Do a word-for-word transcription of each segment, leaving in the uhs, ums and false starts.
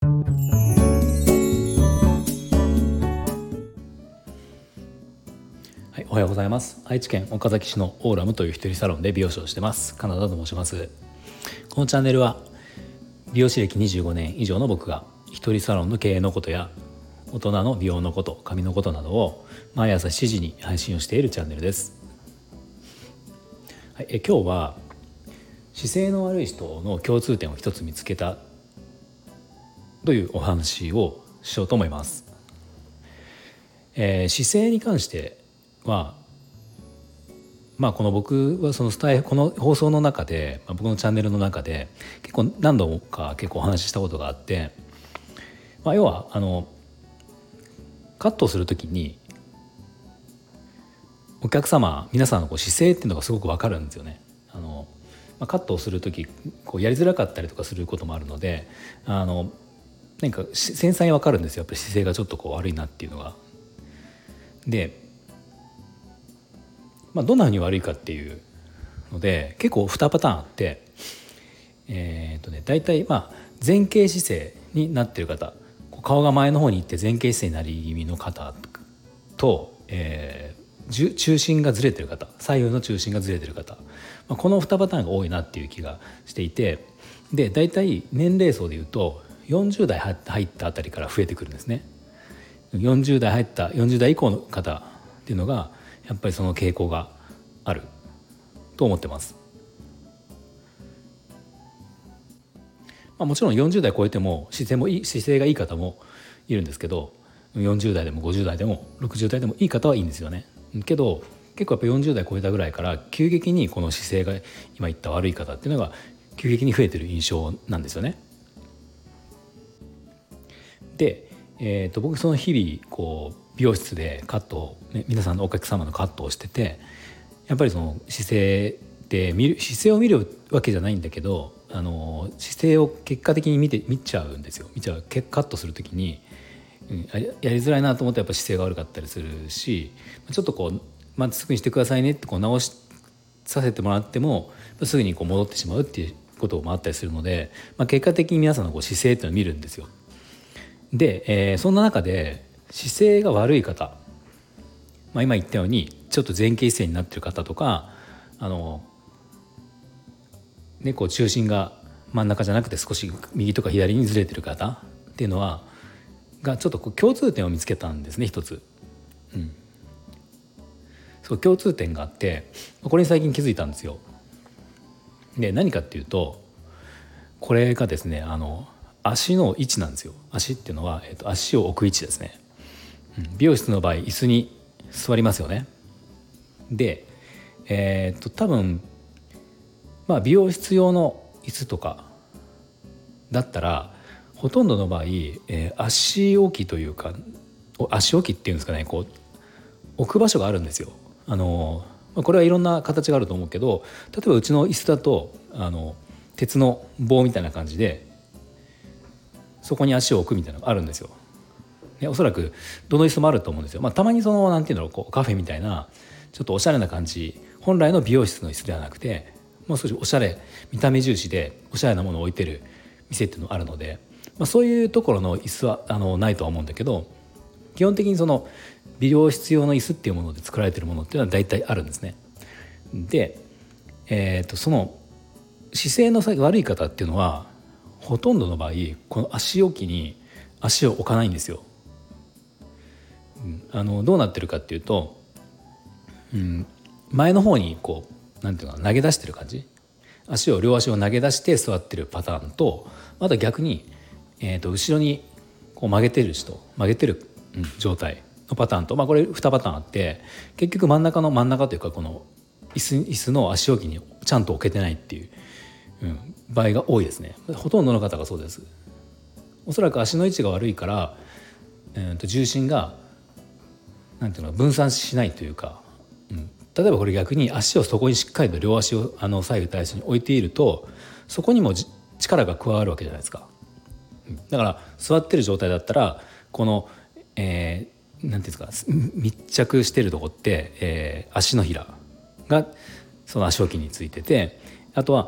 はい、おはようございます。愛知県岡崎市のオーラムという一人サロンで美容師をしてますカナダと申します。このチャンネルは美容師歴にじゅうごねん以上の僕が一人サロンの経営のことや大人の美容のこと、髪のことなどを毎朝しちじに配信をしているチャンネルです。はい、え今日は姿勢の悪い人の共通点を一つ見つけたというお話をしようと思います。えー、姿勢に関しては、まあ、この僕はそのスタイルこの放送の中で、まあ、僕のチャンネルの中で結構何度か結構お話ししたことがあって、まあ、要はあのカットをするときにお客様皆さんのこう姿勢っていうのがすごく分かるんですよね。あの、まあ、カットをするときこうやりづらかったりとかすることもあるので、あの何か繊細に分かるんですよ。やっぱり姿勢がちょっとこう悪いなっていうのが。で、まあ、どんなふうに悪いかっていうので結構にパターンあって、えーっとね、大体まあ前傾姿勢になっている方、顔が前の方に行って前傾姿勢になり気味の方と、えー、中心がずれている方、左右の中心がずれている方、まあ、このにパターンが多いなっていう気がしていて、で大体年齢層でいうとよんじゅう代入ったあたりから増えてくるんですね。よんじゅう代入ったよんじゅう代以降の方っていうのがやっぱりその傾向があると思ってます。まあ、もちろんよんじゅう代超えても姿勢もいい姿勢がいい方もいるんですけど、よんじゅう代でもごじゅう代でもろくじゅう代でもいい方はいいんですよね。けど結構やっぱよんじゅう代超えたぐらいから急激にこの姿勢が今言った悪い方っていうのが急激に増えてる印象なんですよね。で、えー、と僕その日々こう美容室でカットを、ね、皆さんのお客様のカットをしてて、やっぱりその姿勢で見る姿勢を見るわけじゃないんだけど、あの姿勢を結果的に見て見ちゃうんですよ。見ちゃうカットするときに、うん、やりづらいなと思ってやっぱ姿勢が悪かったりするし、ちょっとこうまっすぐにしてくださいねってこう直しさせてもらってもすぐにこう戻ってしまうっていうこともあったりするので、まあ、結果的に皆さんのこう姿勢っていうのを見るんですよ。で、えー、そんな中で姿勢が悪い方、まあ、今言ったようにちょっと前傾姿勢になっている方とか、あの、ね、こう中心が真ん中じゃなくて少し右とか左にずれてる方っていうのはがちょっとこう共通点を見つけたんですね、一つ。うん、そう共通点があってこれに最近気づいたんですよ。で何かっていうと、これがですね、あの足の位置なんですよ。足っていうのは、えー、と足を置く位置ですね。うん、美容室の場合椅子に座りますよね。で、えー、と多分、まあ、美容室用の椅子とかだったらほとんどの場合、えー、足置きというか足置きっていうんですかね、こう置く場所があるんですよ。あのこれはいろんな形があると思うけど、例えばうちの椅子だとあの鉄の棒みたいな感じでそこに足を置くみたいなのがあるんですよ。でおそらくどの椅子もあると思うんですよ。まあ、たまにそのなんていうんだろう、こうカフェみたいなちょっとおしゃれな感じ、本来の美容室の椅子ではなくてもう少しおしゃれ見た目重視でおしゃれなものを置いてる店っていうのがあるので、まあ、そういうところの椅子はあのないとは思うんだけど、基本的にその美容室用の椅子っていうもので作られているものっていうのは大体あるんですね。で、えー、とその姿勢の悪い方っていうのはほとんどの場合この足置きに足を置かないんですよ。うん、あのどうなってるかっていうと、うん、前の方にこうなんていうのかな投げ出してる感じ、足を両足を投げ出して座ってるパターンと、あと逆に、えー、と後ろにこう曲げてる人曲げてる、うん、状態のパターンと、まあ、これにパターンあって、結局真ん中の真ん中というかこの椅子、椅子の足置きにちゃんと置けてないっていう、うん、場合が多いですね。ほとんどの方がそうです。おそらく足の位置が悪いから、えー、と重心がなんていうの分散しないというか、うん、例えばこれ逆に足をそこにしっかりと両足をあの左右対称に置いているとそこにも力が加わるわけじゃないですか。うん、だから座ってる状態だったらこの、えー、なんていうんですか、密着してるとこって、えー、足のひらがその足置きについてて、あとは、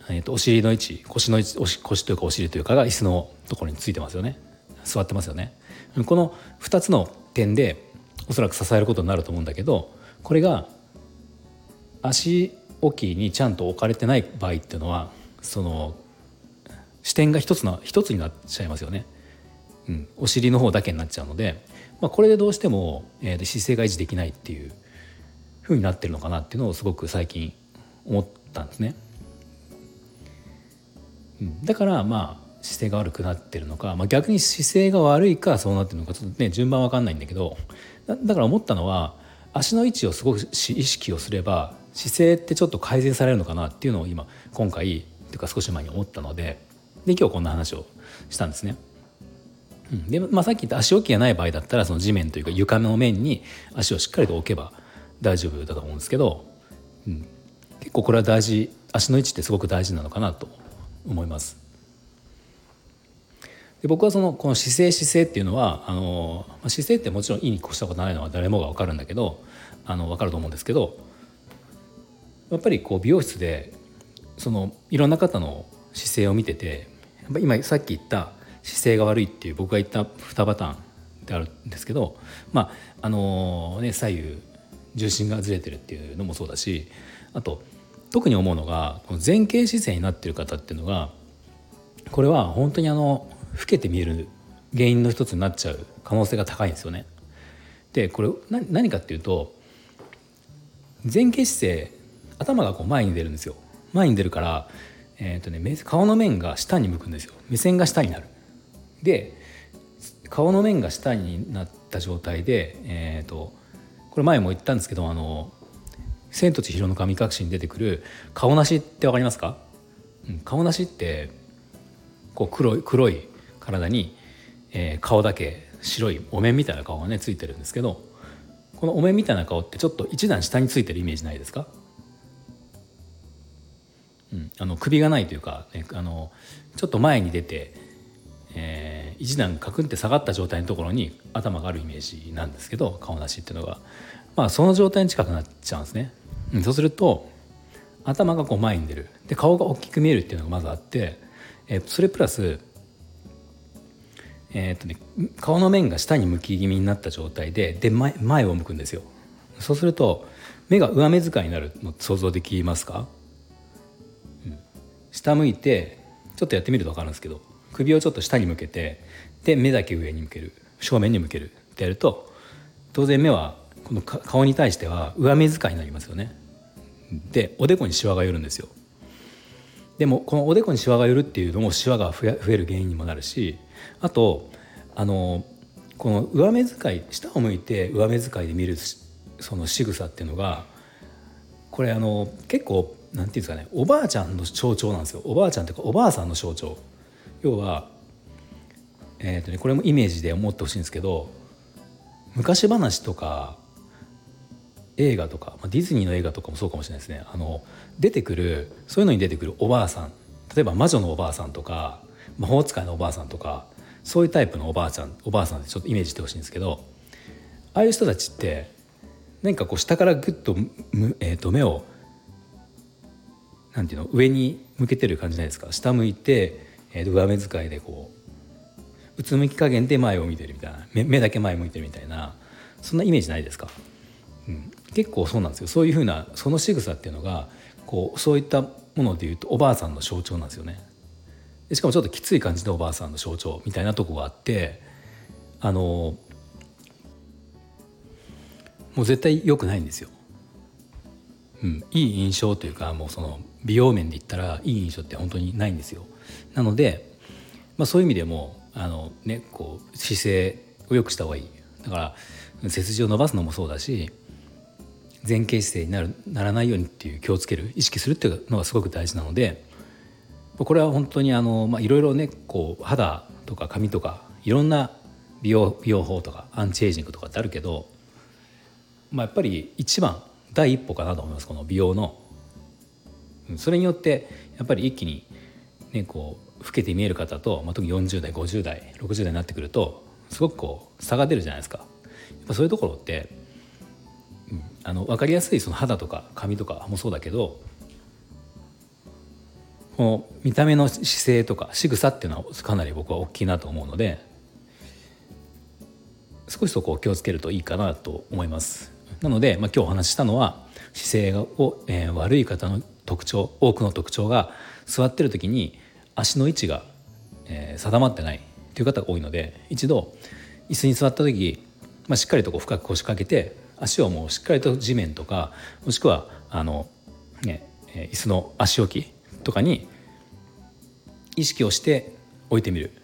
えー、とお尻の位置、腰の位置、おし腰というかお尻というかが椅子のところについてますよね。座ってますよね。このふたつの点でおそらく支えることになると思うんだけど、これが足置きにちゃんと置かれてない場合っていうのは、その視点が一つの一つになっちゃいますよね。うん、お尻の方だけになっちゃうので、まあ、これでどうしても、えー、姿勢が維持できないっていう風になってるのかなっていうのをすごく最近思ったんですね。うん、だからまあ姿勢が悪くなってるのか、まあ、逆に姿勢が悪いからそうなってるのかちょっとね順番わかんないんだけど、だ, だから思ったのは足の位置をすごく意識をすれば姿勢ってちょっと改善されるのかなっていうのを今今回っていうか少し前に思ったので、で今日こんな話をしたんですね。うん、で、まあ、さっき言った足置きがない場合だったらその地面というか床の面に足をしっかりと置けば大丈夫だと思うんですけど、うん、結構これは大事、足の位置ってすごく大事なのかなと思います。で僕はそのこの姿勢姿勢っていうのはあの姿勢ってもちろんいいに越したことないのは誰もが分かるんだけど、あの分かると思うんですけど、やっぱりこう美容室でそのいろんな方の姿勢を見てて、やっぱ今さっき言った姿勢が悪いっていう僕が言ったにパターンであるんですけど、まああのね左右重心がずれてるっていうのもそうだし、あと特に思うのがこの前傾姿勢になってる方っていうのが、これは本当にあの老けて見える原因の一つになっちゃう可能性が高いんですよね。でこれ何かっていうと、前傾姿勢、頭がこう前に出るんですよ。前に出るから、えーとね、顔の面が下に向くんですよ。目線が下になる。で顔の面が下になった状態で、えーとこれ前も言ったんですけど、あの千と千尋の神隠しに出てくる顔なしって分かりますか？うん、顔なしってこう黒い黒い体に、えー、顔だけ白いお面みたいな顔がねついてるんですけど、このお面みたいな顔ってちょっと一段下についてるイメージないですか？うん、あの首がないというか、ね、あのちょっと前に出て、えー、一段カクンって下がった状態のところに頭があるイメージなんですけど、顔なしっていうのが、まあ、その状態に近くなっちゃうんですね。うん、そうすると頭がこう前に出る、で顔が大きく見えるっていうのがまずあって、えー、それプラスえーとね、顔の面が下に向き気味になった状態でで 前, 前を向くんですよ。そうすると目が上目遣いになるの想像できますか？うん、下向いてちょっとやってみると分かるんですけど、首をちょっと下に向けてで目だけ上に向ける、正面に向けるってやると当然目はこの顔に対しては上目遣いになりますよね。でおでこにシワが寄るんですよ。でもこのおでこにシワが寄るっていうのもシワが増える原因にもなるし、あとあのこの上目遣い、下を向いて上目遣いで見るその仕草っていうのが、これあの結構なんていうんですかね、おばあちゃんの象徴なんですよ。おばあちゃんというかおばあさんの象徴。要は、えーとね、これもイメージで思ってほしいんですけど、昔話とか映画とか、まあ、ディズニーの映画とかもそうかもしれないですね。あの出てくるそういうのに出てくるおばあさん、例えば魔女のおばあさんとか魔法使いのおばあさんとか、そういうタイプのおばあちゃんおばあさんでちょっとイメージしてほしいんですけど、ああいう人たちって何かこう下からグッと、えー、と目をなんていうの上に向けてる感じないですか？下向いて、えー、と上目遣いでこううつむき加減で前を見てるみたいな、 目, 目だけ前向いてるみたいな、そんなイメージないですか？うん、結構そうなんですよ。そういうふうなその仕草っていうのがこうそういったものでいうとおばあさんの象徴なんですよね。でしかもちょっときつい感じのおばあさんの象徴みたいなとこがあって、あのもう絶対良くないんですよ。うん、いい印象というか、もうその美容面で言ったらいい印象って本当にないんですよ。なので、まあ、そういう意味でもあの、ね、こう姿勢を良くした方がいい。だから背筋を伸ばすのもそうだし、前傾姿勢になるならないようにっていう気をつける、意識するっていうのがすごく大事なので、これは本当にあの、まあ、いろいろねこう肌とか髪とかいろんな美容、美容法とかアンチエイジングとかってあるけど、まあ、やっぱり一番第一歩かなと思います、この美容の。それによってやっぱり一気に、ね、こう老けて見える方と、まあ、特によんじゅう代ごじゅう代ろくじゅう代になってくるとすごくこう差が出るじゃないですか。やっぱそういうところって、うん、あの分かりやすいその肌とか髪とかもそうだけど、 この見た目の姿勢とか仕草っていうのはかなり僕は大きいなと思うので、少しそこを気をつけるといいかなと思います。なので、まあ、今日お話ししたのは姿勢を、えー、悪い方の特徴、多くの特徴が座ってる時に足の位置が、えー、定まってないという方が多いので、一度椅子に座った時、まあ、しっかりとこう深く腰掛けて足をもうしっかりと地面とか、もしくはあの、ね、椅子の足置きとかに意識をして置いてみる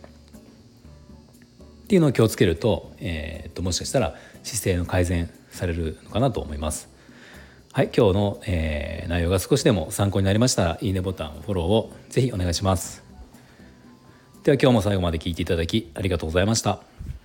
っていうのを気をつけると、えー、っともしかしたら姿勢の改善されるのかなと思います。はい、今日の、えー、内容が少しでも参考になりましたらいいねボタン、フォローをぜひお願いします。では今日も最後まで聞いていただきありがとうございました。